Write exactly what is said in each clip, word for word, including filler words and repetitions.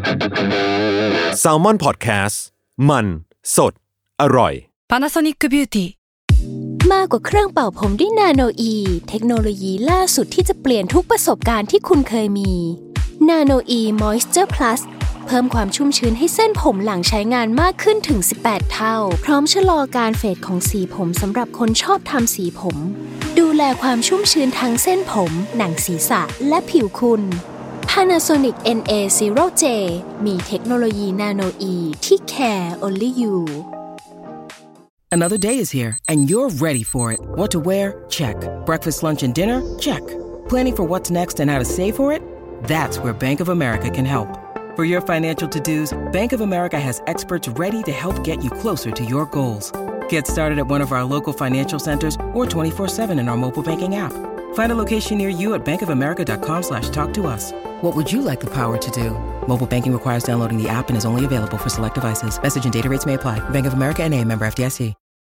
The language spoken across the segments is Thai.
Salmon Podcast มันสดอร่อย Panasonic Beauty มากกว่าเครื่องเป่าผมด้วยนาโนอีเทคโนโลยีล่าสุดที่จะเปลี่ยนทุกประสบการณ์ที่คุณเคยมีนาโนอีมอยส์เจอร์พลัสเพิ่มความชุ่มชื้นให้เส้นผมหลังใช้งานมากขึ้นถึงสิบแปดเท่าพร้อมชะลอการเฟดของสีผมสำหรับคนชอบทำสีผมดูแลความชุ่มชื้นทั้งเส้นผมหนังศีรษะและผิวคุณ Panasonic เอ็น เอ ศูนย์ เจ มีเทคโนโลยีนาโนอีที่ care only you Another day is here, and you're ready for it. What to wear? Check. Breakfast, lunch, and dinner? Check. Planning for what's next and how to save for it? That's where Bank of America can help. For your financial to-dos, Bank of America has experts ready to help get you closer to your goals. Get started at one of our local financial centers or twenty-four seven in our mobile banking app. Find a location near you at bankofamerica.com slash talk to us. What would you like the power to do? Mobile banking requires downloading the app and is only available for select devices. Message and data rates may apply. Bank of America N A, member เอฟ ดี เอส ซี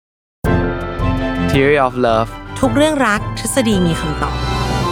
Theory of Love ทุกเรื่องรักทฤษฎีมีคำตอบ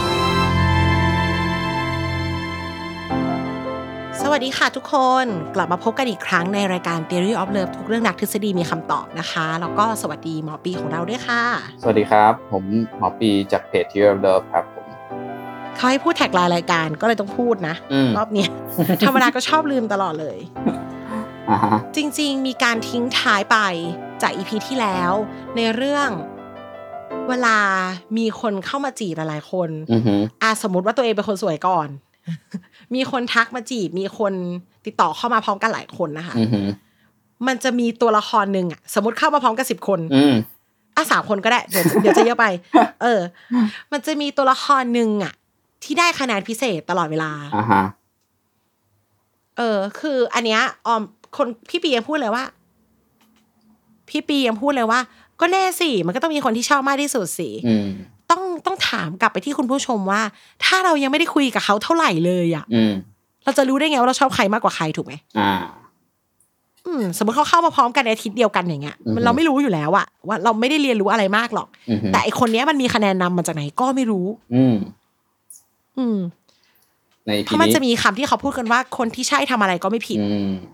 สวัสดีค่ะทุกคนกลับมาพบกันอีกครั้งในรายการ Theory of Love ทุกเรื่องรักทฤษฎีมีคำตอบนะคะแล้วก็สวัสดีหมอปีของเราด้วยค่ะสวัสดีครับผมหมอปีจากเพจ Theory of Love ครับผมเขาให้พูดแท็กไลน์รายการก็เลยต้องพูดนะรอบนี้ ธรรมดาก็ชอบลืมตลอดเลย จริงๆมีการทิ้งท้ายไปจาก อี พี ที่แล้วในเรื่องเวลามีคนเข้ามาจีบหลายๆคนอ่ะสมมุติว่าตัวเองเป็นคนสวยก่อน มีคนทักมาจีบมีคนติดต่อเข้ามาพร้อมกันหลายคนนะคะมันจะมีตัวละครนึงอ่ะสมมุติเข้ามาพร้อมกันสิบคนอ่ะสามคนก็ได้เดี๋ยวเดี๋ยวจะเยอะไปเออมันจะมีตัวละครนึงอ่ะที่ได้คะแนนพิเศษตลอดเวลาอ่าฮะเออคืออันเนี้ยออมคนพี่ปียังพูดเลยว่าพี่ปียังพูดเลยว่าก็แน่สิมันก็ต้องมีคนที่ชอบมากที่สุดสิต้องต้องถามกลับไปที่คุณผู้ชมว่าถ้าเรายังไม่ได้คุยกับเขาเท่าไหร่เลยอ่ะเราจะรู้ได้ไงว่าเราชอบใครมากกว่าใครถูกไหมอ่าอืมสมมติเขาเข้ามาพร้อมกันในอาทิตย์เดียวกันอย่างเงี้ยมันเราไม่รู้อยู่แล้วอะว่าเราไม่ได้เรียนรู้อะไรมากหรอกแต่ไอคนเนี้ยมันมีคะแนนนำมาจากไหนก็ไม่รู้อืมอืมในเพราะมันจะมีคำที่เขาพูดกันว่าคนที่ใช่ทำอะไรก็ไม่ผิด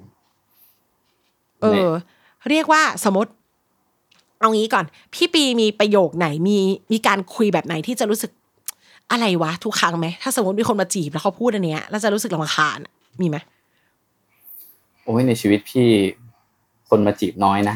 เออเรียกว่าสมมติเอางี้ก่อนพี่ปีมีประโยคไหนมีมีการคุยแบบไหนที่จะรู้สึกอะไรวะทุกครั้งไหมถ้าสมมติมีคนมาจีบแล้วเขาพูดอันเนี้ยแล้วจะรู้สึกรำคาญมีไหมโอ้ยในชีวิตพี่คนมาจีบน้อยนะ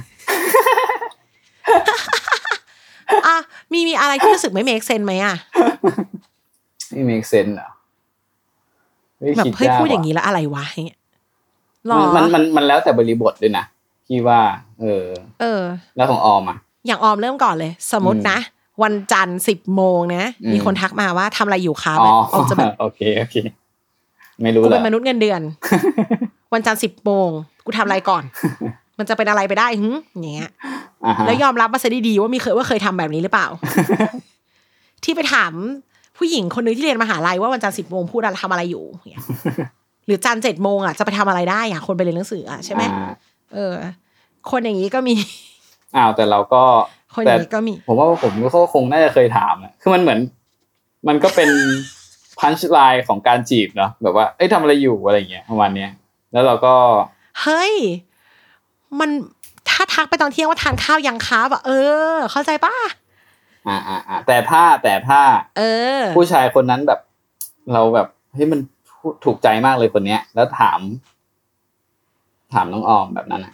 อ่ะมีมีอะไรที่รู้สึกไม่เมคเซนส์ไหมอ่ะไม่เมคเซนส์เหรอแบบเฮ้ยพูดอย่างนี้แล้วอะไรวะอย่างเงี้ยมันมันมันแล้วแต่บริบทด้วยนะพี่ว่าเออเออแล้วของออมอ่ะอย่างออมเริ่มก่อนเลยสมมตินะวันจันทร์สิบโมงนะมีคนทักมาว่าทำอะไรอยู่คะแบบออมจะแบบโอเคโอเคไม่รู้เลยกูเป็นมนุษย์เงินเดือนวันจันทร์สิบโมงกูทำอะไรก่อนมันจะเป็นอะไรไปได้หึอย่างเงี้ยแล้วยอมรับมาซะดีๆว่ามีเคยว่าเคยทำแบบนี้หรือเปล่า ที่ไปถามผู้หญิงคนนึงที่เรียนมหาลัยว่าวันจันทร์สิบโมงพูดอะไรทำอะไรอยู่อย่างเงี้ยหรือจันทร์เจ็ดโมงอ่ะจะไปทำอะไรได้อ่ะคนไปเรียนหนังสืออ่ะใช่ไหมเออคนอย่างนี้ก็มีอ้าวแต่เราก็คนอย่างนี้ก็มีผมว่าผมก็คงน่าจะเคยถามอ่ะคือมันเหมือนมันก็เป็นพันช์ไลน์ของการจีบเนาะแบบว่าเอ้ยทำอะไรอยู่อะไรเงี้ยประมาณเนี้ยแล้วเราก็เฮ้ยมันถ้าทักไปตอนเที่ยงว่าทานข้าวยังคะแบบเออเข้าใจป่ะอ่าอ่าอ่าแต่ถ้าแต่ถ้าเออผู้ชายคนนั้นแบบเราแบบเฮ้ยมันถูกใจมากเลยคนเนี้ยแล้วถามถามน้องออมแบบนั้นนะ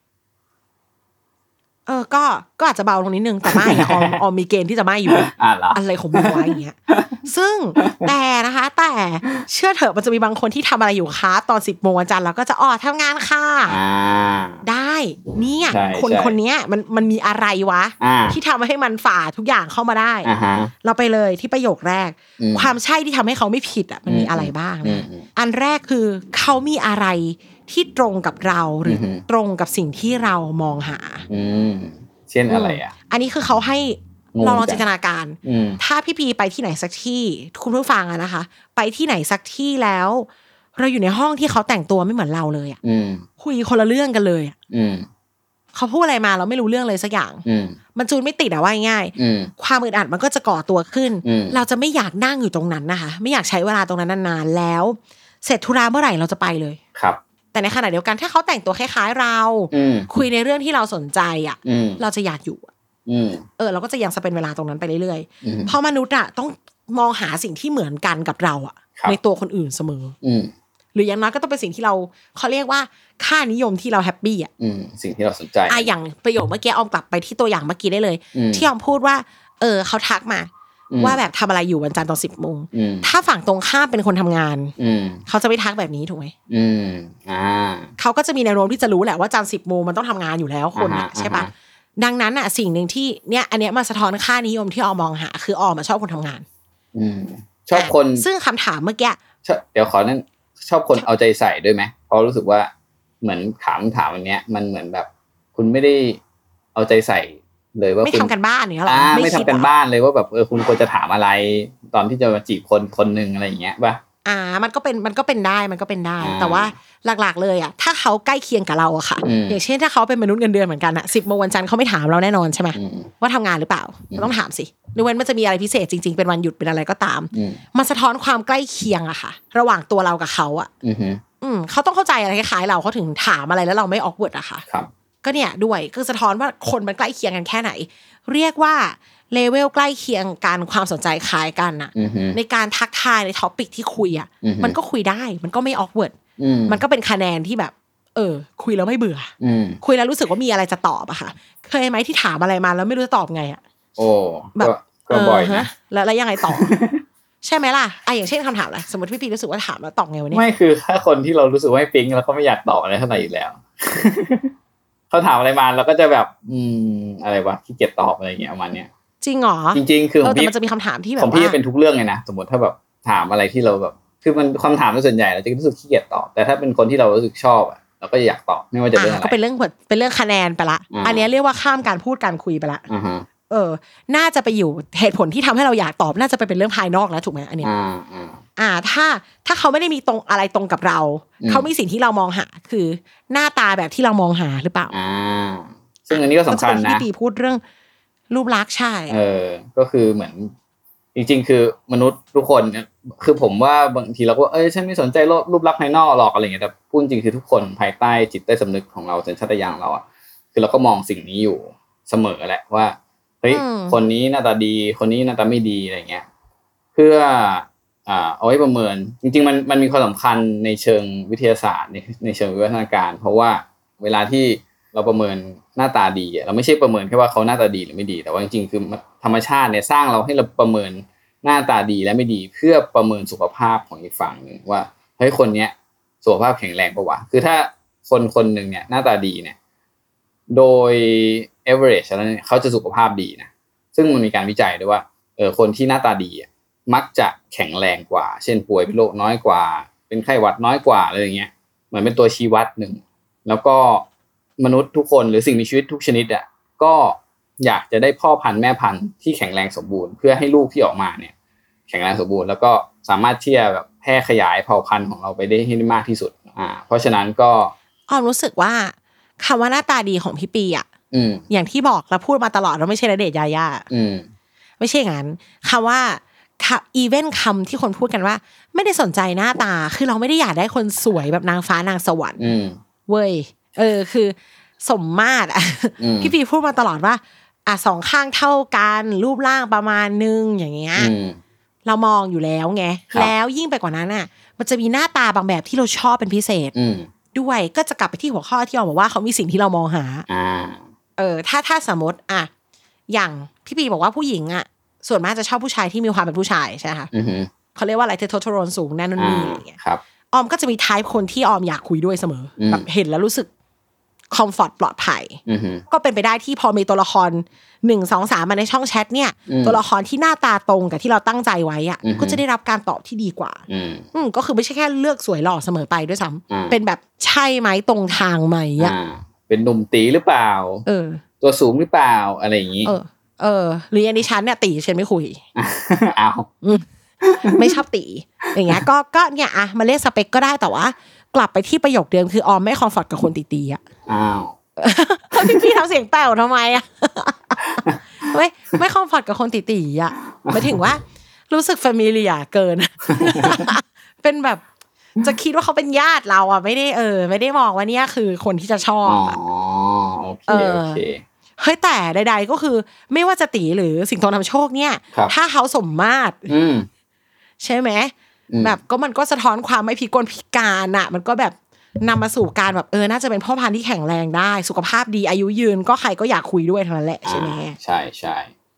เออก็ก็อาจจะเบาลงนิดนึงแต่ไม่ออมออมมีเกณฑ์ที่จะไม่อยู่อะไรของมึงวะอย่างเงี้ยซึ่งแต่นะคะแต่เชื่อเถอะมันจะมีบางคนที่ทำอะไรอยู่คะตอนสิบโมงวันจันทร์แล้วก็จะอ๋อทำงานค่ะได้เนี่ยคนคนนี้มันมันมีอะไรวะที่ทำให้มันฝ่าทุกอย่างเข้ามาได้เราไปเลยที่ประโยคแรกความใช่ที่ทำให้เขาไม่ผิดอ่ะมันมีอะไรบ้างนะอันแรกคือเขามีอะไรที่ตรงกับเราหรือตรงกับสิ่งที่เรามองหาเช่นอะไรอ่ะอันนี้คือเขาให้เราลองจินตนาการถ้าพี่ปีไปที่ไหนสักที่คุณผู้ฟังอะนะคะไปที่ไหนสักที่แล้วเราอยู่ในห้องที่เขาแต่งตัวไม่เหมือนเราเลยอ่ะคุยคนละเรื่องกันเลยอ่ะเขาพูดอะไรมาเราไม่รู้เรื่องเลยสักอย่างมันจูนไม่ติดอะว่าง่ายความอึดอัดมันก็จะก่อตัวขึ้นเราจะไม่อยากนั่งอยู่ตรงนั้นนะคะไม่อยากใช้เวลาตรงนั้นนานๆแล้วเสร็จธุระเมื่อไหร่เราจะไปเลยครับแต่ในขณะเดียวกันถ้าเขาแต่งตัวคล้ายๆเราคุยในเรื่องที่เราสนใจอ่ะเราจะอยากอยู่เออเราก็จะยังสเปนเวลาตรงนั้นไปเรื่อยๆเพราะมนุษย์อ่ะต้องมองหาสิ่งที่เหมือนกันกับเราอ่ะในตัวคนอื่นเสมอหรืออย่างน้อยก็ต้องเป็นสิ่งที่เราเขาเรียกว่าค่านิยมที่เราแฮปปี้อ่ะสิ่งที่เราสนใจอ่ะอย่างประโยคเมื่อกี้ออมกลับไปที่ตัวอย่างเมื่อกี้ได้เลยที่ออมพูดว่าเออเขาทักมาว่าแบบทำอะไรอยู่วันจันทร์ตอนสิบโมงถ้าฝั่งตรงข้ามเป็นคนทำงานเขาจะไม่ทักแบบนี้ถูกไหมเขาก็จะมีแนวโน้มที่จะรู้แหละว่าจันทร์สิบโมงมันต้องทำงานอยู่แล้วคนอ่ะใช่ปะดังนั้นอ่ะสิ่งหนึ่งที่เนี่ยอันเนี้ยมาสะท้อนค่านิยมที่ออมมองหาคือออมชอบคนทำงานชอบคนซึ่งคำถามเมื่อกี้เดี๋ยวขอนั่นชอบคนเอาใจใส่ด้วยไหมเพราะรู้สึกว่าเหมือนถามถามอันเนี้ยมันเหมือนแบบคุณไม่ได้เอาใจใส่เลยว่าไม่ทำกันบ้านเนี่ยหรอไม่ทำกันบ้านเลยว่าแบบเออคุณควรจะถามอะไรตอนที่จะมาจีบคนคนนึงอะไรอย่างเงี้ยป่ะอ่ามันก็เป็นมันก็เป็นได้มันก็เป็นได้แต่ว่าหลักๆเลยอ่ะถ้าเขาใกล้เคียงกับเราอะค่ะอย่างเช่นถ้าเขาเป็นมนุษย์เงินเดือนเหมือนกันอะสิบโมงวันจันทร์เขาไม่ถามเราแน่นอนใช่ไหมว่าทำงานหรือเปล่าเราต้องถามสิหรือว่ามันจะมีอะไรพิเศษจริงๆเป็นวันหยุดเป็นอะไรก็ตามมันสะท้อนความใกล้เคียงอะค่ะระหว่างตัวเรากับเขาอะอืมเขาต้องเข้าใจอะไรคล้ายๆเราเขาถึงถามอะไรแล้วเราไม่ออกเวิร์ดอะค่ะก็เนี่ยด้วยคือสะท้อนว่าคนมันใกล้เคียงกันแค่ไหนเรียกว่าเลเวลใกล้เคียงกันความสนใจคล้ายกันน่ะในการทักทายในท็อปิกที่คุยอ่ะมันก็คุยได้มันก็ไม่ออกเวิร์ดมันก็เป็นคะแนนที่แบบเออคุยแล้วไม่เบื่อคุยแล้วรู้สึกว่ามีอะไรจะตอบอะค่ะเคยไหมที่ถามอะไรมาแล้วไม่รู้จะตอบไงอ่ะโอ้แบบก็บ่อยนะแล้วแล้วยังไงต่อใช่ไหมล่ะอ่ะอย่างเช่นคำถามอะไรสมมติพี่ปีรู้สึกว่าถามแล้วตอบไงวะเนี่ยไม่คือถ้าคนที่เรารู้สึกว่าไม่ปิ๊งแล้วเขาไม่อยากตอบอะไรเท่าไหร่อยู่แล้วเขาถามอะไรมาเราก็จะแบบอืมอะไรวะขี้เกียจตอบอะไรอย่างเงี้ยประมาณเนี้ยจริงเหรอจริงๆคือของพี่มันจะมีคำถามที่แบบของพี่เป็นทุกเรื่องเลยนะสมมติถ้าแบบถามอะไรที่เราแบบคือมันคำถามส่วนใหญ่เราจะรู้สึกขี้เกียจตอบแต่ถ้าเป็นคนที่เรารู้สึกชอบอ่ะเราก็อยากตอบไม่ว่าจะเรื่องอะไรก็เป็นเรื่องเป็นเรื่องคะแนนไปละอันนี้เรียกว่าข้ามการพูดการคุยไปละเออน่าจะไปอยู่เหตุผลที่ทำให้เราอยากตอบน่าจะไปเป็นเรื่องภายนอกแล้วถูกไหมอันเนี้ยอ่าถ้าถ้าเขาไม่ได้มีตรงอะไรตรงกับเราเขามีสิ่งที่เรามองหาคือหน้าตาแบบที่เรามองหาหรือเปล่าอ่าซึ่งอันนี้ก็สำคัญนะที่ตีพูดเรื่องรูปลักษณ์ใช่เออก็คือเหมือนจริงๆคือมนุษย์ทุกคนคือผมว่าบางทีเราก็เอ้ยฉันไม่สนใจรูปลักษณ์ภายนอกหรอกอะไรอย่างเงี้ยแต่พูดจริงคือทุกคนภายใต้จิตใต้สำนึกของเราสัญชาตญาณเราอ่ะคือเราก็มองสิ่งนี้อยู่เสมอแหละว่าเฮ้ยคนนี้หน้าตาดีคนนี้หน้าตาไม่ดีอะไรเงี้ยเพื่ออ่าเอาไว้ประเมินจริงๆมันมันมีความสำคัญในเชิงวิทยาศาสตร์ในในเชิงวิวัฒนาการเพราะว่าเวลาที่เราประเมินหน้าตาดีเราไม่ใช่ประเมินแค่ว่าเขาหน้าตาดีหรือไม่ดีแต่ว่าจริงๆคือธรรมชาติเนี่ยสร้างเราให้เราประเมินหน้าตาดีและไม่ดีเพื่อประเมินสุขภาพของอีกฝั่งนึงว่าเฮ้ยคนเนี้ยสุขภาพแข็งแรงป่ะวะคือถ้าคนคนนึงเนี่ยหน้าตาดีเนี่ยโดย average แล้วเนี่ยเขาจะสุขภาพดีนะซึ่งมันมีการวิจัยด้วยว่าเออคนที่หน้าตาดีมักจะแข็งแรงกว่าเช่นป่วยเป็นโรคน้อยกว่าเป็นไข้หวัดน้อยกว่าอะไรอย่างเงี้ยเหมือนเป็นตัวชี้วัดหนึ่งแล้วก็มนุษย์ทุกคนหรือสิ่งมีชีวิตทุกชนิดอ่ะก็อยากจะได้พ่อพันธุ์แม่พันธุ์ที่แข็งแรงสมบูรณ์เพื่อให้ลูกที่ออกมาเนี่ยแข็งแรงสมบูรณ์แล้วก็สามารถที่จะแบบแพร่ขยายเผ่าพันธุ์ของเราไปได้ให้ได้มากที่สุดอ่าเพราะฉะนั้นก็ความรู้สึกว่าคำว่าหน้าตาดีของพี่ปีอ่ะอย่างที่บอกเราพูดมาตลอดเราไม่ใช่ณเดชน์ยาย่าไม่ใช่งั้นคำว่าอีเวนต์คำที่คนพูดกันว่าไม่ได้สนใจหน้าตาคือเราไม่ได้อยากได้คนสวยแบบนางฟ้านางสวรรค์เว้ยเออคือสมมาตรอ่ะพี่ปีพูดมาตลอดว่าอ่ะสองข้างเท่ากันรูปร่างประมาณนึงอย่างเงี้ยเรามองอยู่แล้วไงแล้วยิ่งไปกว่านั้นอ่ะมันจะมีหน้าตาบางแบบที่เราชอบเป็นพิเศษด้วยก็จะกลับไปที่หัวข้อที่เราบอกว่าเขามีสิ่งที่เรามองหาเออถ้าถ้าสมมติอ่ะอย่างพี่ปีบอกว่าผู้หญิงอ่ะส่วนมากจะชอบผู้ชายที่มีความเป็นผู้ชายใช่ไหมคะเขาเรียกว่าอะไรเทสโทสเตอโรนสูงแน่นอนนี่อะไรอย่างเงี้ยออมก็จะมีไทป์คนที่ออมอยากคุยด้วยเสมอแบบเห็นแล้วรู้สึกคอมฟอร์ตปลอดภัยก็เป็นไปได้ที่พอมีตัวละครหนึ่ง สอง สามมาในช่องแชทเนี่ยตัวละครที่หน้าตาตรงกับที่เราตั้งใจไว้อ่ะก็จะได้รับการตอบที่ดีกว่าอืมก็คือไม่ใช่แค่เลือกสวยหล่อเสมอไปด้วยซ้ำเป็นแบบใช่ไหมตรงทางไหมอ่ะเป็นหนุ่มตีหรือเปล่าเออตัวสูงหรือเปล่าอะไรอย่างนี้เออเออหรืออย่างดิฉันเนี่ยตีฉันไม่คุยอ้าวไม่ชอบตีอย่างเงี้ยก็ก็เนี่ยอะมาเรียกสเปคก็ได้แต่ว่ากลับไปที่ประโยคเดิมคือออมไม่คอมฟอร์ตกับคนตีๆอ่ะอ้าวพี่พี่ทำเสียงแป๋วทำไมอ่ะไม่ไม่คอมฟอร์ตกับคนตีๆอ่ะหมายถึงว่ารู้สึกแฟมิเลียเกินเป็นแบบจะคิดว่าเขาเป็นญาติเราอ่ะไม่ได้เออไม่ได้มองว่าเนี่ยคือคนที่จะชอบอ๋อโอเคโอเคเฮ้ยแต่ใดๆก็คือไม่ว่าจะตีหรือสิงโตนำโชคเนี่ยถ้าเขาสมมาตรใช่ไหมแบบก็มันก็สะท้อนความไม่พิกลพิการอ่ะมันก็แบบนำมาสู่การแบบเออน่าจะเป็นพ่อพันธุ์ที่แข็งแรงได้สุขภาพดีอายุยืนก็ใครก็อยากคุยด้วยเท่านั้นแหละใช่ไหมใช่ใช่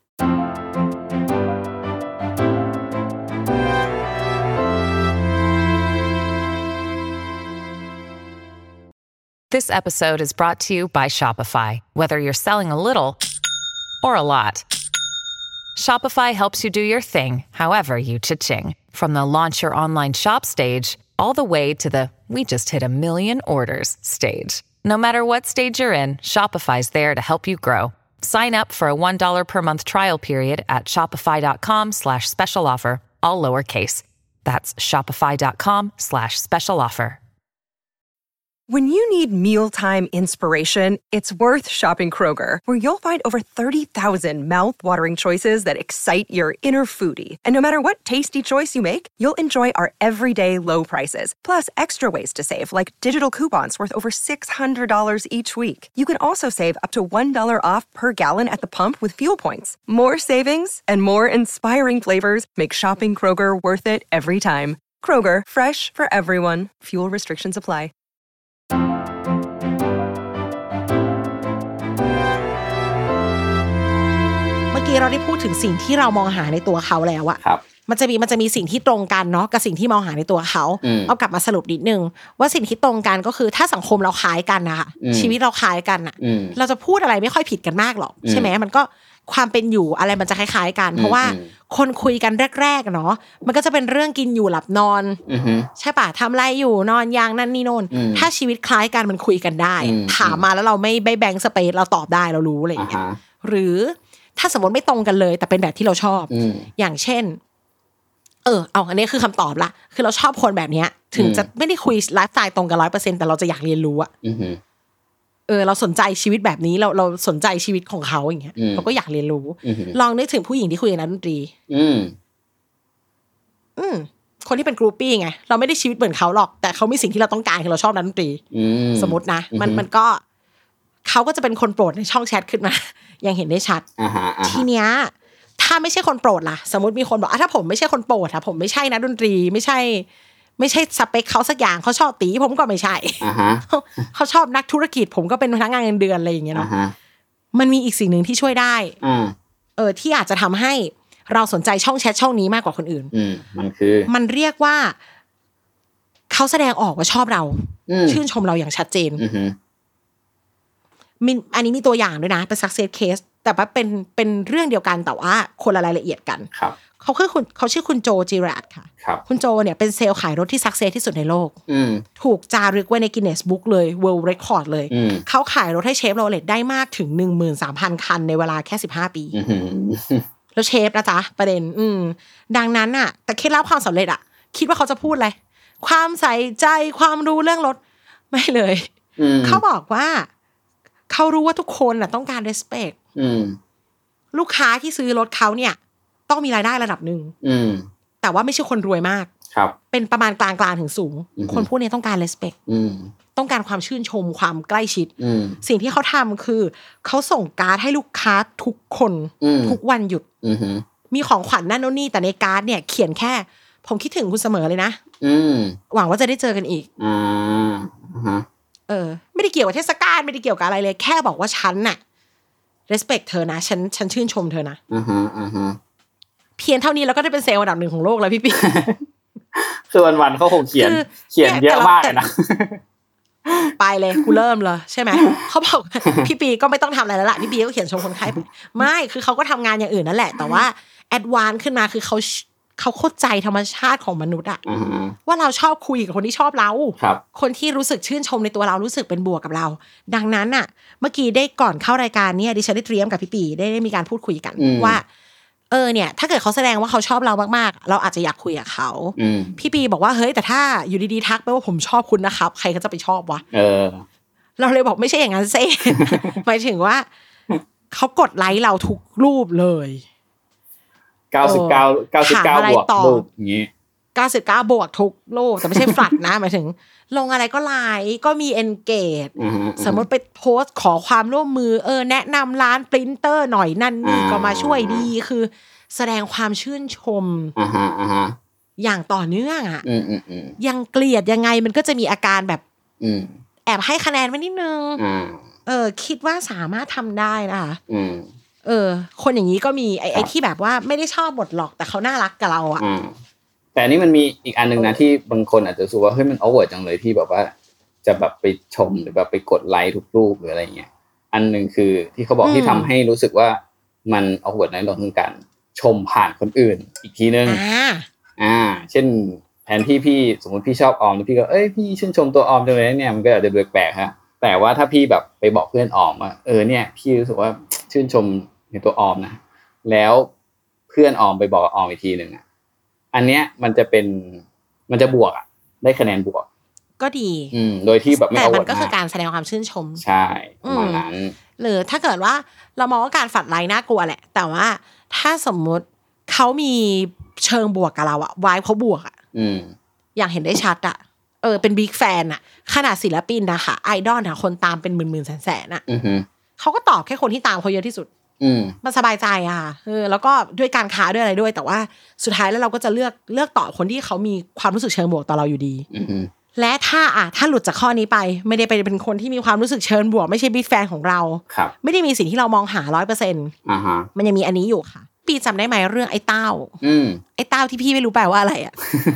This episode is brought to you by Shopify. Whether you're selling a little or a lot, Shopify helps you do your thing, however you cha-ching. From the launch your online shop stage, all the way to the we just hit a million orders stage. No matter what stage you're in, Shopify's there to help you grow. Sign up for a one dollar per month trial period at shopify.com slash special offer, all lowercase. That's shopify.com slash special offer. When you need mealtime inspiration, it's worth shopping Kroger, where you'll find over thirty thousand mouth-watering choices that excite your inner foodie. And no matter what tasty choice you make, you'll enjoy our everyday low prices, plus extra ways to save, like digital coupons worth over six hundred dollars each week. You can also save up to one dollar off per gallon at the pump with fuel points. More savings and more inspiring flavors make shopping Kroger worth it every time. Kroger, fresh for everyone. Fuel restrictions apply. เมื่อกี้เราได้พูดถึงสิ่งที่เรามองหาในตัวเขาแล้วอะมันจะมีมันจะมีสิ่งที่ตรงกันเนาะกับสิ่งที่มองหาในตัวเขาเอากลับมาสรุปนิดนึงว่าสิ่งที่ตรงกันก็คือถ้าสังคมเราคล้ายกันนะคะชีวิตเราคล้ายกันอะเราจะพูดอะไรไม่ค่อยผิดกันมากหรอกใช่ไหมมันก็ความเป็นอยู่อะไรมันจะคล้ายๆกันเพราะว่าคนคุยกันแรกๆเนาะมันก็จะเป็นเรื่องกินอยู่หลับนอนใช่ป่ะทำอะไรอยู่นอนยางนั่นนี่โน่นถ้าชีวิตคล้ายกันมันคุยกันได้ถามมาแล้วเราไม่ไม่แบ่งสเปซเราตอบได้เรารู้อะไรอย่างเงี้ยหรือถ้าสมมติไม่ตรงกันเลยแต่เป็นแบบที่เราชอบอย่างเช่นเออเอาอันนี้คือคำตอบละคือเราชอบคนแบบเนี้ยถึงจะไม่ได้คุยไลฟ์สไตล์ตรงกัน ร้อยเปอร์เซ็นต์ แต่เราจะอยากเรียนรู้อะเออเราสนใจชีวิตแบบนี้เราเราสนใจชีวิตของเขาอย่างเงี้ยเราก็อยากเรียนรู้ลองนึกถึงผู้หญิงที่คุยกับนักดนตรีอืมอืมคนที่เป็นกรูปี้ไงเราไม่ได้ชีวิตเหมือนเขาหรอกแต่เขามีสิ่งที่เราต้องการคือเราชอบนักดนตรีสมมตินะมันมันก็เขาก็จะเป็นคนโปรดในช่องแชทขึ้นมายังเห็นได้ชัดทีเนี้ยถ้าไม่ใช่คนโปรดล่ะสมมติมีคนบอกอ่ะถ้าผมไม่ใช่คนโปรดอะผมไม่ใช่นักดนตรีไม่ใช่ไม่ใช่สเปคเขาสักอย่างเขาชอบตีผมก็ไม่ใช่เขาชอบนักธุรกิจผมก็เป็นพนักงานเงินเดือนอะไรอย่างเงี้ยเนาะมันมีอีกสิ่งหนึ่งที่ช่วยได้เออที่อาจจะทำให้เราสนใจช่องแชทช่องนี้มากกว่าคนอื่นมันคือมันเรียกว่าเขาแสดงออกว่าชอบเราชื่นชมเราอย่างชัดเจนมีอันนี้มีตัวอย่างด้วยนะเป็น success case แต่ว่าเป็นเป็นเรื่องเดียวกันแต่ว่าคนละรายละเอียดกันเขาคือคุณเขาชื่อคุณโจจิรัตค่ะคุณโจเนี่ยเป็นเซลล์ขายรถที่ซักเซสที่สุดในโลกถูกจารึกไว้ใน Guinness Book เลย World Record เลยเขาขายรถให้เชฟโรเลตได้มากถึง หนึ่งหมื่นสามพัน คันในเวลาแค่สิบห้าปีแล้วเชฟนะจ๊ะประเด็นอืมดังนั้นน่ะแต่เคล็ดลับความสำเร็จอ่ะคิดว่าเขาจะพูดอะไรความใส่ใจความรู้เรื่องรถไม่เลยเขาบอกว่าเขารู้ว่าทุกคนน่ะต้องการ respect ลูกค้าที่ซื้อรถเขาเนี่ยต้องมีรายได้ระดับหนึ่งแต่ว่าไม่ใช่คนรวยมากเป็นประมาณกลางๆถึงสูงคนพวกนี้ต้องการ respect ต้องการความชื่นชมความใกล้ชิดสิ่งที่เขาทำคือเขาส่งการ์ดให้ลูกค้าทุกคนทุกวันหยุดมีของขวัญนั่นโน่นนี่แต่ในการ์ดเนี่ยเขียนแค่ผมคิดถึงคุณเสมอเลยนะหวังว่าจะได้เจอกันอีกเออไม่ได้เกี่ยวกับเทศกาลไม่ได้เกี่ยวกับอะไรเลยแค่บอกว่าฉันน่ะ respect เธอนะฉันฉันชื่นชมเธอนะเพียงเท่านี้แล้วก็ได้เป็นเซลล์อันดับหนึ่งของโลกแล้วพี่ปีคือวันๆเขาคงเขียนเขียนเยอะมากเลยนะไปเลยกูเริ่มเลยใช่ไหมเขาบอกพี่ปีก็ไม่ต้องทำอะไรแล้วล่ะพี่ปีก็เขียนชมคนไข้ไม่คือเขาก็ทำงานอย่างอื่นนั่นแหละแต่ว่าแอดวานซ์ขึ้นมาคือเขาเขาเข้าใจธรรมชาติของมนุษย์อะว่าเราชอบคุยกับคนที่ชอบเราคนที่รู้สึกชื่นชมในตัวเรารู้สึกเป็นบวกกับเราดังนั้นอะเมื่อกี้ได้ก่อนเข้ารายการเนี่ยดิฉันได้เตรียมกับพี่ปีได้ได้มีการพูดคุยกันว่าเออเนี่ยถ้าเกิดเขาแสดงว่าเขาชอบเรามากๆเราอาจจะอยากคุยกับเขาพี่ปีบอกว่าเฮ้ยแต่ถ้าอยู่ดีๆทักไปว่าผมชอบคุณนะครับใครก็จะไปชอบวะเออเราเลยบอกไม่ใช่อย่างนั้นเซ่หมายถึงว่าเขากดไลค์เราทุกรูปเลยเก้าสิบเก้า เก้าสิบเก้าบวกรูปอย่างงี้เก้าสิบเก้าบวกทุกโลกแต่ไม่ใช่ flat นะหมายถึงลงอะไรก็ไลค์ก็มี engage สมมติไปโพสต์ขอความร่วมมือเออแนะนำร้านปรินเตอร์หน่อยนั่นนี่ก็มาช่วยดีคือแสดงความชื่นชมอ่าฮะอ่าฮะอย่างต่อเนื่องอ่ะอืมๆๆยังเกลียดยังไงมันก็จะมีอาการแบบอืมแอบให้คะแนนไว้นิดนึงอ่าเออคิดว่าสามารถทำได้นะคะอืมเออคนอย่างนี้ก็มีไอ้ไอ้ที่แบบว่าไม่ได้ชอบบทหรอกแต่เขาน่ารักกับเราอ่ะแต่อันนี้มันมีอีกอันนึงนะที่บางคนอาจจะรู้สึกว่าเฮ้ยมันโอเวอร์จังเลยที่แบบว่าจะแบบไปชมหรือแบบไปกดไลค์ทุกรูปหรืออะไรเงี้ยอันนึงคือที่เขาบอกที่ทำให้รู้สึกว่ามันโอเวอร์ในเรื่องของการชมผ่านคนอื่นอีกทีนึงอ่าอ่าเช่นแทนที่พี่สมมติพี่ชอบออมแล้วพี่ก็เอ้ยพี่ชื่นชมตัวออมจังเลยเนี่ยมันก็อาจจะแปลกๆฮะแต่ว่าถ้าพี่แบบไปบอกเพื่อนออมว่าเออเนี่ยพี่รู้สึกว่าชื่นชมในตัวออมนะแล้วเพื่อนออมไปบอกออมอีกทีนึงอ่ะอันเนี้ยมันจะเป็นมันจะบวกอ่ะได้คะแนนบวกก็ดีอืมโดยที่แบบไม่เอาแต่มันก็คือการแสดงความชื่นชมใช่ประมาณนั้นหรือถ้าเกิดว่าเรามองว่าการฝัดไลน์น่ากลัวแหละแต่ว่าถ้าสมมุติเขามีเชิงบวกกับเราอะวายเขาบวกอะอืมอย่างเห็นได้ชัดอะเออเป็นบิ๊กแฟนอะขนาดศิลปินนะคะไอดอลอะคนตามเป็นหมื่นๆแสนๆอะเขาก็ตอบแค่คนที่ตามเขาเยอะที่สุดอืมมันสบายใจอะเออแล้วก็ด้วยการค้าด้วยอะไรด้วยแต่ว่าสุดท้ายแล้วเราก็จะเลือกเลือกตอบคนที่เขามีความรู้สึกเชิงบวกต่อเราอยู่ดีอือและถ้าอ่ะถ้าหลุดจากข้อนี้ไปไม่ได้ไปเป็นคนที่มีความรู้สึกเชิงบวกไม่ใช่บิ๊กแฟนของเราไม่ได้มีสิ่งที่เรามองหา ร้อยเปอร์เซ็นต์ อ่าฮะมันยังมีอันนี้อยู่ค่ะปีจำได้ไหมเรื่องไอ้เต้าอืมไอ้เต้าที่พี่ไม่รู้แปลว่าอะไรอ่ะ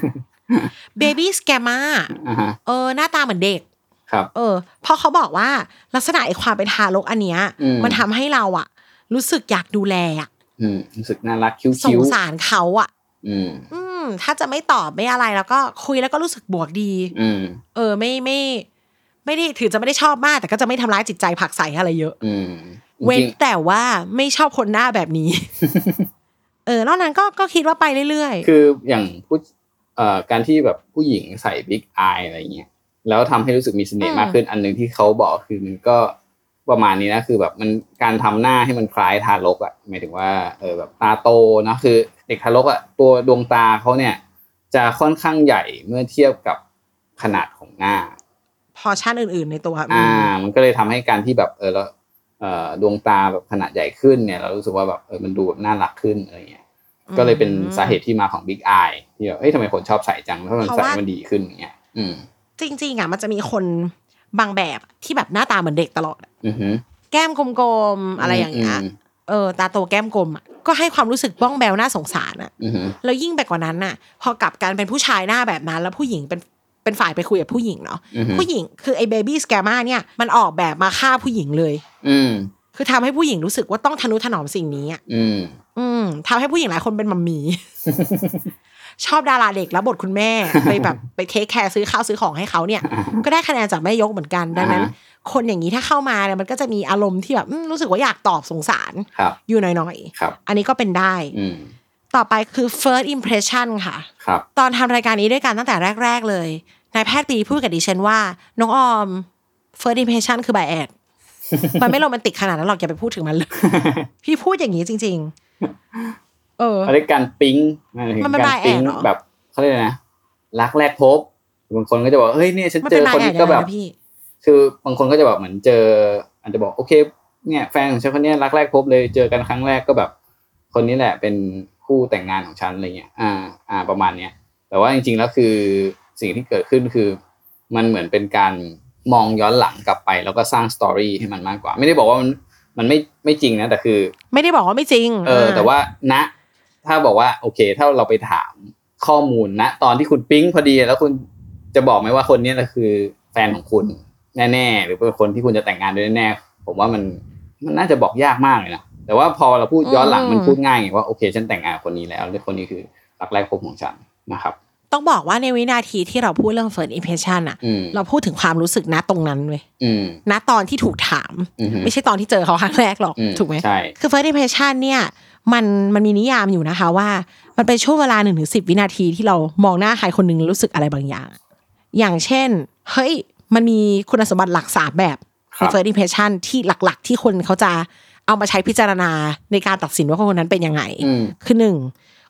Baby Scammer อ่าฮะเออหน้าตาเหมือนเด็กครับเออพอเขาบอกว่าลักษณะไอ้ความเป็นทารกอันเนี้ยมันทำให้เราอ่ะรู้สึกอยากดูแลอ่ะอืมรู้สึกน่ารักคิ้วๆสงสารเขาอ่ะอืมอืมถ้าจะไม่ตอบไม่อะไรแล้วก็คุยแล้วก็รู้สึกบวกดีอืมเออไม่ไม่ไม่ได้ถือจะไม่ได้ชอบมากแต่ก็จะไม่ทำร้ายจิตใจผักใส่อะไรเยอะอืมเว้นแต่ว่าไม่ชอบคนหน้าแบบนี้ เออนอกนั้นก็ก็คิดว่าไปเรื่อยๆคืออย่างผู้เอ่อการที่แบบผู้หญิงใส่บิ๊กอายอะไรเงี้ยแล้วทำให้รู้สึกมีเสน่ห์มากขึ้นอันนึงที่เขาบอกคือมันก็ประมาณนี้นะคือแบบมันการทำหน้าให้มันคล้ายทารกอ่ะหมายถึงว่าเออแบบตาโตนะคือเด็กทารกอ่ะตัวดวงตาเขาเนี่ยจะค่อนข้างใหญ่เมื่อเทียบกับขนาดของหน้าพอชั่นอื่นๆในตัวอ่ามันก็เลยทำให้การที่แบบเออแล้วเอ่อดวงตาแบบขนาดใหญ่ขึ้นเนี่ยเรารู้สึกว่าแบบเออมันดูแบบน่ารักขึ้นอะไรเงี้ยก็เลยเป็นสาเหตุที่มาของ Big Eye ที่แบบเอ้ยทำไมคนชอบใส่จังเพราะมันใส่มันดีขึ้นอย่างเงี้ยอืมจริงๆอ่ะมันจะมีคนบางแบบที่แบบหน้าตาเหมือนเด็กตลอดอือฮึแก้มกลมๆอะไรอย่างเงี้ยเออตาโตแก้มกลมอ่ะก็ให้ความรู้สึกบ้องแบวน่าสงสารอ่ะแล้วยิ่งไปกว่านั้นน่ะพอกลับกันเป็นผู้ชายหน้าแบบนั้นแล้วผู้หญิงเป็นเป็นฝ่ายไปคุยกับผู้หญิงเนาะผู้หญิงคือไอ้เบบี้สแกมม่าเนี่ยมันออกแบบมาฆ่าผู้หญิงเลยอืมคือทำให้ผู้หญิงรู้สึกว่าต้องทนุถนอมสิ่งนี้อ่ะอืมอืมทำให้ผู้หญิงหลายคนเป็นมัมมี่ ชอบดาราเด็กแล้วบทคุณแม่ไปแบบไปเทคแคร์ซื้อข้าวซื้อของให้เขาเนี่ยก็ได้คะแนนจากแม่ยกเหมือนกันดังนั้นคนอย่างนี้ถ้าเข้ามาเนี่ยมันก็จะมีอารมณ์ที่แบบรู้สึกว่าอยากตอบสงสารอยู่หน่อยๆอันนี้ก็เป็นได้ต่อไปคือ first impression ค่ะตอนทำรายการนี้ด้วยกันตั้งแต่แรกๆเลยนายแพทย์ปีพูดกับดิฉันว่าน้องออม first impression คือ bias มันไม่โรแมนติกขนาดนั้นหรอกอย่าไปพูดถึงมันเลยพี่พูดอย่างนี้จริงๆเอออะไรการปิ๊งมันเป็นการปิ๊งแบบเขาเรียกนะรักแรกพบบางคนก็จะบอกเฮ้ยเนี่ยฉันเจอคนนี้ก็แบบคือบางคนก็จะแบบเหมือนเจออาจจะบอกโอเคเนี่ยแฟนของฉันคนนี้รักแรกพบเลยเจอกันครั้งแรกก็แบบคนนี้แหละเป็นคู่แต่งงานของฉันอะไรเงี้ยอ่าอ่าประมาณเนี้ยแต่ว่าจริงๆแล้วคือสิ่งที่เกิดขึ้นคือมันเหมือนเป็นการมองย้อนหลังกลับไปแล้วก็สร้างสตอรี่ให้มันมากกว่าไม่ได้บอกว่ามันมันไม่ไม่จริงนะแต่คือไม่ได้บอกว่าไม่จริงเออแต่ว่าณถ้าบอกว่าโอเคถ้าเราไปถามข้อมูลณตอนที่คุณปิ๊งพอดีแล้วคุณจะบอกไหมว่าคนนี้แหละคือแฟนของคุณแน่ๆหรือเป็นคนที่คุณจะแต่งงานด้วยแน่ๆผมว่ามันมันน่าจะบอกยากมากเลยนะแต่ว่าพอเราพูดย้อนหลังมันพูดง่ายไงว่าโอเคฉันแต่งงานคนนี้แล้วและคนนี้คือรักแรกพบของฉันนะครับต้องบอกว่าในวินาทีที่เราพูดเรื่อง first impression อ่ะเราพูดถึงความรู้สึกณตรงนั้นเว้ยณตอนที่ถูกถามไม่ใช่ตอนที่เจอเขาครั้งแรกหรอกถูกไหมคือ first impression เนี่ยมันมันมีนิยามอยู่นะคะว่ามันเป็นช่วงเวลา หนึ่งถึงสิบ วินาทีที่เรามองหน้าใครคนนึงรู้สึกอะไรบางอย่างอย่างเช่นเฮ้ยมันมีคุณสมบัติหลักสามแบบใน first impression ที่หลักๆที่คนเขาจะเอามาใช้พิจารณาในการตัดสินว่าคนนั้นเป็นยังไงคือหนึ่ง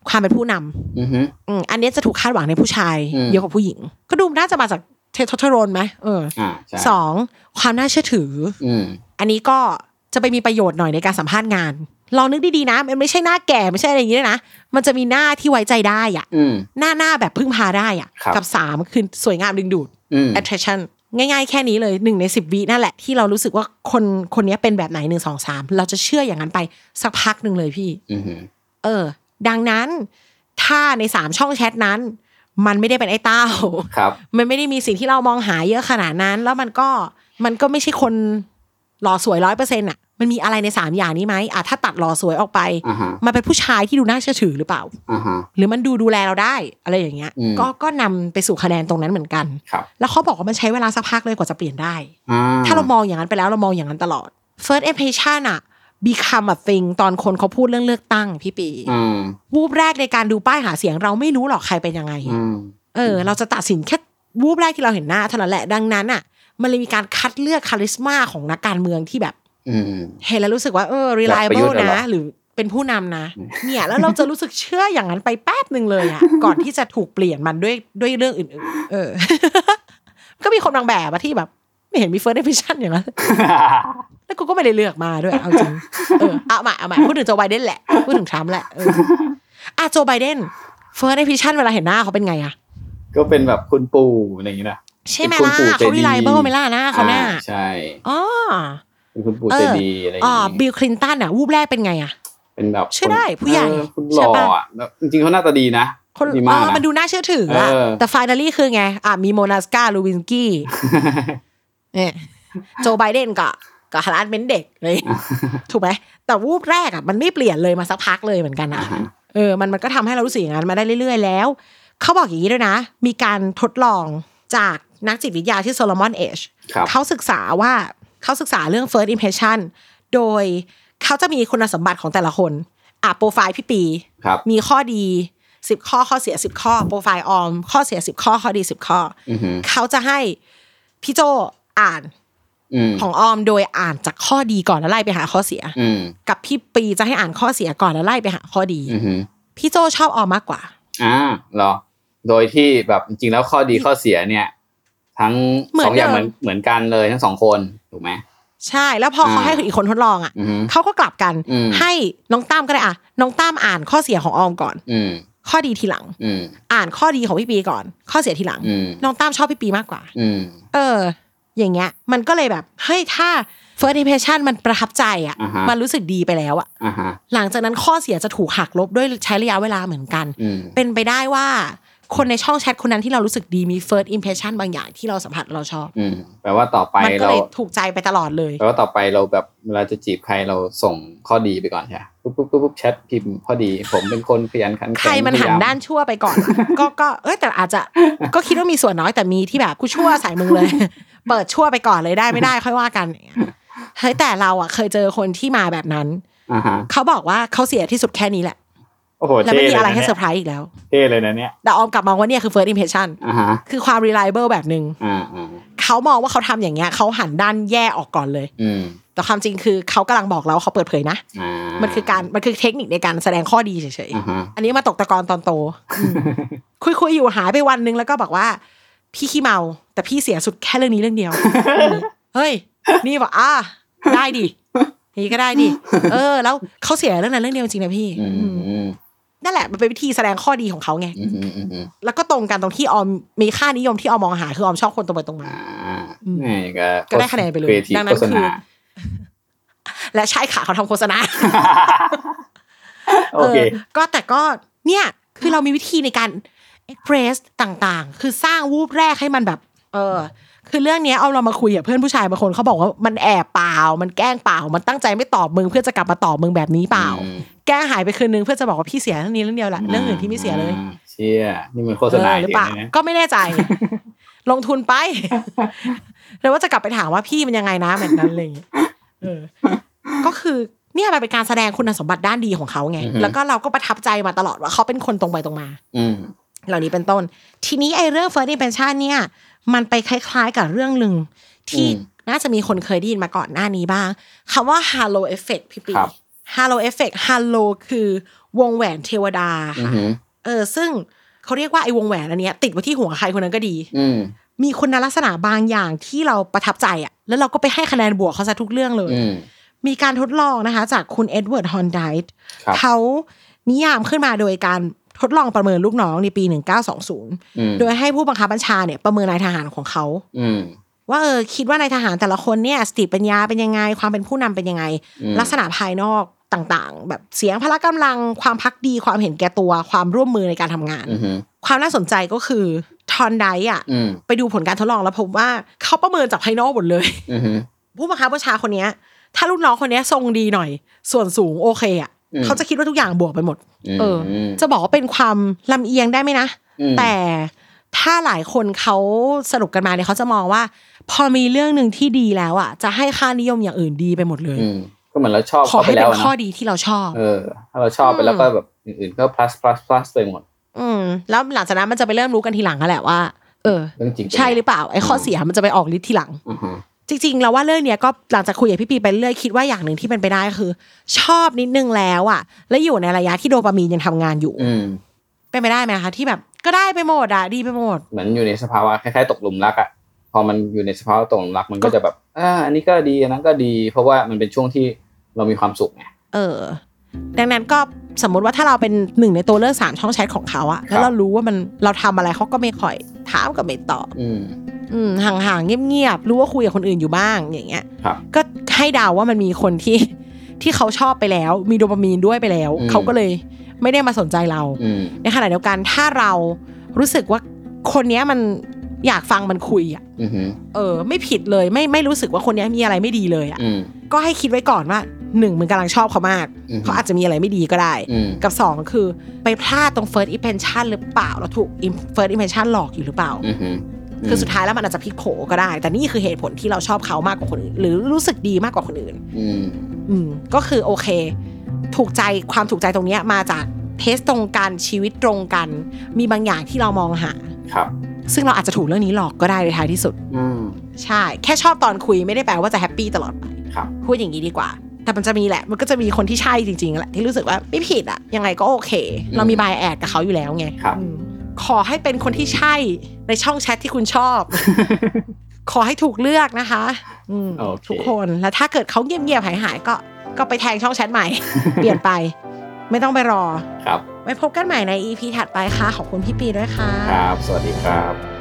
ความเป็นผู้นำอือฮึอืมอันนี้จะถูกคาดหวังในผู้ชายเยอะกว่าผู้หญิงก็ดูน่าจะมาจากเทสโทสเตอโรนไหมเออสองความน่าเชื่อถืออืมอันนี้ก็จะไปมีประโยชน์หน่อยในการสัมภาษณ์งานลองนึกดีๆนะมันไม่ใช่หน้าแก่ไม่ใช่อะไรอย่างนี้นะมันจะมีหน้าที่ไว้ใจได้อ่ะหน้าหน้าแบบพึ่งพาได้อ่ะกับสามคือสวยงามดึงดูด attraction ง่ายๆแค่นี้เลยหนึ่งในสิบวินั่นแหละที่เรารู้สึกว่าคนคนนี้เป็นแบบไหนหนึ่ง สอง สามเราจะเชื่ออย่างนั้นไปสักพักนึงเลยพี่เออดังนั้นถ้าในสามช่องแชทนั้นมันไม่ได้เป็นไอ้เต้ามันไม่ได้มีสิ่งที่เรามองหาเยอะขนาดนั้นแล้วมันก็มันก็ไม่ใช่คนหล่อสวย ร้อยเปอร์เซ็นต์ อ่ะมันมีอะไรในสามอย่างนี้ไหมอ่ะถ้าตัดหล่อสวยออกไป uh-huh. มันเป็นผู้ชายที่ดูน่าเชื่อถือหรือเปล่า uh-huh. หรือมันดูดูแลเราได้อะไรอย่างเงี้ยก็ก็นำไปสู่คะแนนตรงนั้นเหมือนกันแล้วเขาบอกว่ามันใช้เวลาสักพักเลยกว่าจะเปลี่ยนได้ uh-huh. ถ้าเรามองอย่างนั้นไปแล้วเรามองอย่างนั้นตลอด first impression อ่ะ become a thing ตอนคนเขาพูดเรื่องเลือกตั้งพี่ปีวูบแรกในการดูป้ายหาเสียงเราไม่รู้หรอกใครเป็นยังไง uh-huh. เออเราจะตัดสินแค่วูบแรกที่เราเห็นหน้าเท่านั้นแหละดังนั้นอ่ะมันเลยมีการคัดเลือกคาริสมาของนักการเมืองที่แบบเห็นแล้วรู้สึกว่าเออ reliable นะหรือเป็นผู้นำนะเนี่ยแล้วเราจะรู้สึกเชื่ออย่างนั้นไปแป๊บนึงเลยอ่ะก่อนที่จะถูกเปลี่ยนมันด้วยด้วยเรื่องอื่นๆเออ ก็มีคนบางแบบอะที่แบบไม่เห็นมี first impression อย่างนั้นแล้วกูก็ไม่ได้เลือกมาด้วยเอาจริงเออเอาใหม่เอาใหม่พูดถึงโจไบเดนแหละพูดถึงทรัมป์แหละเอออ่ะโจไบเดน first impression เวลาเห็นหน้าเขาเป็นไงอะก็เป็นแบบคุณปู่อะไรอย่างงี้นะใช่ไหมล่ะเขา reliable ไหมล่ะหน้าเขาหน้าใช่อ๋อเป็นคุณปู่ใจดีอะไรอย่างงี้อ๋อบิลคลินตันอ่ะวูบแรกเป็นไงอ่ะเป็นแบบใช่ได้ผู้ใหญ่คุณหล่ออ่ะจริงๆเขาหน้าตาดีนะดีมากนะมันดูน่าเชื่อถืออ่ะแต่ finally คือไงอ่ะมีโมนาสกาลูวินกี้เนี่ยโจไบเดนก็ก็ฮาร์ดเป็นเด็กเลยถูกไหมแต่วูบแรกอ่ะมันไม่เปลี่ยนเลยมาสักพักเลยเหมือนกันอ่ะเออมันมันก็ทำให้เรารู้สึกอย่างนั้นมาได้เรื่อยๆแล้วเขาบอกอย่างนี้ด้วยนะมีการทดลองจากนักจิตวิทยาที่โซโลมอนเอชเขาศึกษาว่าเขาศึกษาเรื่อง first impression โดยเขาจะมีคุณสมบัติของแต่ละคนอ่ะโปรไฟล์พี่ปีมีข้อดีสิบข้อข้อเสียสิบข้อโปรไฟล์ออมข้อเสียสิบข้อข้อดีสิบข้อเขาจะให้พี่โจอ่านของออมโดยอ่านจากข้อดีก่อนแล้วไล่ไปหาข้อเสียกับพี่ปีจะให้อ่านข้อเสียก่อนแล้วไล่ไปหาข้อดีพี่โจชอบออมมากกว่าอ่าเหรอโดยที่แบบจริงๆแล้วข้อดีข้อเสียเนี่ยทั้งสองอย่างเหมือนเหมือนกันเลยทั้งสองคนถูกไหมใช่แล้วพอเขาให้อีกคนทดลองอ่ะเขาก็กลับกันให้น้องตั้มก็ได้อ่ะน้องตั้มอ่านข้อเสียของออมก่อนข้อดีทีหลังอ่านข้อดีของพี่ปีก่อนข้อเสียทีหลังน้องตั้มชอบพี่ปีมากกว่าเอออย่างเงี้ยมันก็เลยแบบเฮ้ยถ้า first impression มันประทับใจอ่ะมันรู้สึกดีไปแล้วอ่ะหลังจากนั้นข้อเสียจะถูกหักลบด้วยใช้ระยะเวลาเหมือนกันเป็นไปได้ว่าคนในช่องแชทคนนั้นที่เรารู้สึกดีมี first impression บางอย่างที่เราสัมผัสเราชอบอืมแปลว่าต่อไปเรามันก็เลยถูกใจไปตลอดเลยแปลว่าต่อไปเราแบบเวลาจะจีบใครเราส่งข้อดีไปก่อนใช่มั้ยปุ๊บปุ๊บปุ๊บแชทพิมพ์ข้อดีผมเป็นคนขยันขันแข็งใครมันหันด้านชั่วไปก่อนก็ก็เอ้ยแต่อาจจะก็คิดว่ามีส่วนน้อยแต่มีที่แบบกูชั่วใส่มึงเลยเปิดชั่วไปก่อนเลยได้ไม่ได้ค่อยว่ากันเฮ้ยแต่เราอ่ะเคยเจอคนที่มาแบบนั้นเขาบอกว่าเขาเสียที่สุดแค่นี้แหละแล้วไม่มีอะไรให้เซอร์ไพรส์อีกแล้วเท่เลยนะเนี่ยแต่ออมกลับมองว่าเนี่ยคือ first impression คือความ reliable แบบนึงเขามองว่าเขาทำอย่างเงี้ยเขาหันด้านแย่ออกก่อนเลยแต่ความจริงคือเขากำลังบอกเราเขาเปิดเผยนะมันคือการมันคือเทคนิคในการแสดงข้อดีเฉยๆอันนี้มาตกตะกอนตอนโตคุยๆอยู่หายไปวันนึงแล้วก็บอกว่าพี่ขี้เมาแต่พี่เสียสุดแค่เรื่องนี้เรื่องเดียวเฮ้ยนี่บอกอ่ะได้ดินี่ก็ได้ดิเออแล้วเขาเสียเรื่องนั้นเรื่องเดียวจริงนะพี่นั่นแหละมันเป็นวิธีแสดงข้อดีของเขาไงแล้วก็ตรงกันตรงที่ออมมีค่านิยมที่ออมมองหาคือออมชอบคนตรงไปตรงมาก็ได้คะแนนไปเลยดังนั้นคือและใช่ค่ะเขาทำโฆษณาโอเคก็แต่ก็เนี่ยคือเรามีวิธีในการเอ็กเพรสต่างๆคือสร้างวูบแรกให้มันแบบเออคือเรื่องนี้เอาเรามาคุยกับเพื่อนผู้ชายบางคนเขาบอกว่ามันแอบเปล่ามันแกล้งเปล่ามันตั้งใจไม่ตอบมึงเพื่อจะกลับมาตอบมึงแบบนี้เปล่าแกล้งหายไปคืนนึงเพื่อจะบอกว่าพี่เสียเรื่องนี้เรื่องเดียวแหละเรื่องอื่นที่ไม่เสียเลยเชี่ยนี่มันโฆษณาหรือเปล่าก็ไม่แน่ใจลงทุนไปแล้วว่าจะกลับไปถามว่าพี่มันยังไงนะแบบนั้นเลยเออก็คือเนี่ยมันเป็นการแสดงคุณสมบัติด้านดีของเขาไงแล้วก็เราก็ประทับใจมาตลอดว่าเขาเป็นคนตรงไปตรงมาเหล่านี้เป็นต้นทีนี้ไอ้เรื่อง first impression เนี่ยมันไปคล้ายๆกับเรื่องนึงที่น่าจะมีคนเคยได้ยินมาก่อนหน้านี้บ้างคำว่า halo effect พี่ปี Halo Effect Halo คือวงแหวนเทวดาค่ะเออซึ่งเขาเรียกว่าไอ้วงแหวนอันเนี้ยติดไว้ที่หัวใครคนนั้นก็ดีมีคุณลักษณะบางอย่างที่เราประทับใจอ่ะแล้วเราก็ไปให้คะแนนบวกเขาซะทุกเรื่องเลยมีการทดลองนะคะจากคุณเอ็ดเวิร์ดฮอนไดท์เขานิยามขึ้นมาโดยการทดลองประเมินลูกน้องในปีหนึ่งพันเก้าร้อยยี่สิบโดยให้ผู้บังคับบัญชาเนี่ยประเมินนายทหารของเขาว่าเออคิดว่านายทหารแต่ละคนเนี่ยสติปัญญาเป็นยังไงความเป็นผู้นำเป็นยังไงลักษณะภายนอกต่างๆแบบเสียงพละกำลังความภักดีความเห็นแก่ตัวความร่วมมือในการทำงานความน่าสนใจก็คือทอนไดอ่ะไปดูผลการทดลองแล้วพบว่าเขาประเมินจากภายนอกหมดเลยผู้บังคับบัญชาคนนี้ถ้าลูกน้องคนนี้ทรงดีหน่อยส่วนสูงโอเคอ่ะเขาจะคิดว่าทุกอย่างบวกไปหมดเออจะบอกว่าเป็นความลำเอียงได้ไหมนะแต่ถ้าหลายคนเขาสรุปกันมาเนี่ยเขาจะมองว่าพอมีเรื่องนึงที่ดีแล้วอ่ะจะให้ค่านิยมอย่างอื่นดีไปหมดเลยก็เหมือนเราชอบเขาไปแล้วนะขอให้เป็นข้อดีที่เราชอบเออถ้าเราชอบไปแล้วก็แบบอื่นๆก็ plus plus plus ไปหมดอืมแล้วหลังจากนั้นมันจะไปเริ่มรู้กันทีหลังแล้วแหละว่าเออใช่หรือเปล่าไอ้ข้อเสียมันจะไปออกฤทธิ์ทีหลังจริงๆเราว่าเรื่องเนี้ยก็หลังจากคุยกับพี่ปีไปเรื่อยคิดว่าอย่างนึงที่เป็นไปได้คือชอบนิดนึงแล้วอ่ะแล้วอยู่ในระยะที่โดปามีนยังทำงานอยู่เป็นไปได้ไหมคะที่แบบก็ได้ไปหมดอ่ะดีไปหมดเหมือนอยู่ในสภาวะคล้ายๆตกหลุมรักอ่ะพอมันอยู่ในสภาวะตกหลุมรักมันก็จะแบบอ่าอันนี้ก็ดีอันนั้นก็ดีเพราะว่ามันเป็นช่วงที่เรามีความสุขไงเออดังนั้นก็สมมติว่าถ้าเราเป็นหนึ่งในตัวเลือกสามช่องแชทของเขาอะแล้วเรารู้ว่ามันเราทำอะไรเขาก็ไม่ค่อยถามก็ไม่ตอบอืมอืมห่างๆเงียบๆรู้ว่าคุยกับคนอื่นอยู่บ้างอย่างเงี้ยก็ให้เดาว่ามันมีคนที่ที่เขาชอบไปแล้วมีโดปามีนด้วยไปแล้วเขาก็เลยไม่ได้มาสนใจเราในขณะเดียวกันถ้าเรารู้สึกว่าคนนี้มันอยากฟังมันคุยอ่ะเออไม่ผิดเลยไม่ไม่รู้สึกว่าคนนี้มีอะไรไม่ดีเลยอ่ะก็ให้คิดไว้ก่อนว่าหนึ่งมึงกำลังชอบเขามากเขาอาจจะมีอะไรไม่ดีก็ได้กับสองคือไปพลาดตรง first impression หรือเปล่าเราถูก first impression หลอกอยู่หรือเปล่าคือสุดท้ายแล้วมันอาจจะพลิกโผก็ได้แต่นี่คือเหตุผลที่เราชอบเขามากกว่าคนอื่นหรือรู้สึกดีมากกว่าคนอื่นอืมก็คือโอเคถูกใจความถูกใจตรงนี้มาจากเทสตรงกันชีวิตตรงกันมีบางอย่างที่เรามองหาครับซึ่งเราอาจจะถูกเรื่องนี้หลอกก็ได้ในท้ายที่สุดใช่แค่ชอบตอนคุยไม่ได้แปลว่าจะแฮปปี้ตลอดไปพูดอย่างนี้ดีกว่าแต่มันจะมีแหละมันก็จะมีคนที่ใช่จริงๆแหละที่รู้สึกว่าไม่ผิดอ่ะยังไงก็โอเคเรามีบายแอดกับเขาอยู่แล้วไงขอให้เป็นคนที่ใช่ในช่องแชทที่คุณชอบ ขอให้ถูกเลือกนะคะทุกคนแล้วถ้าเกิดเขาเงียบๆหายๆก็ก็ไปแทงช่องแชทใหม่ เปลี่ยนไปไม่ต้องไปรอครับไว้พบกันใหม่ใน อี พี ถัดไปค่ะขอบคุณพี่ปีด้วยค่ะครับสวัสดีครับ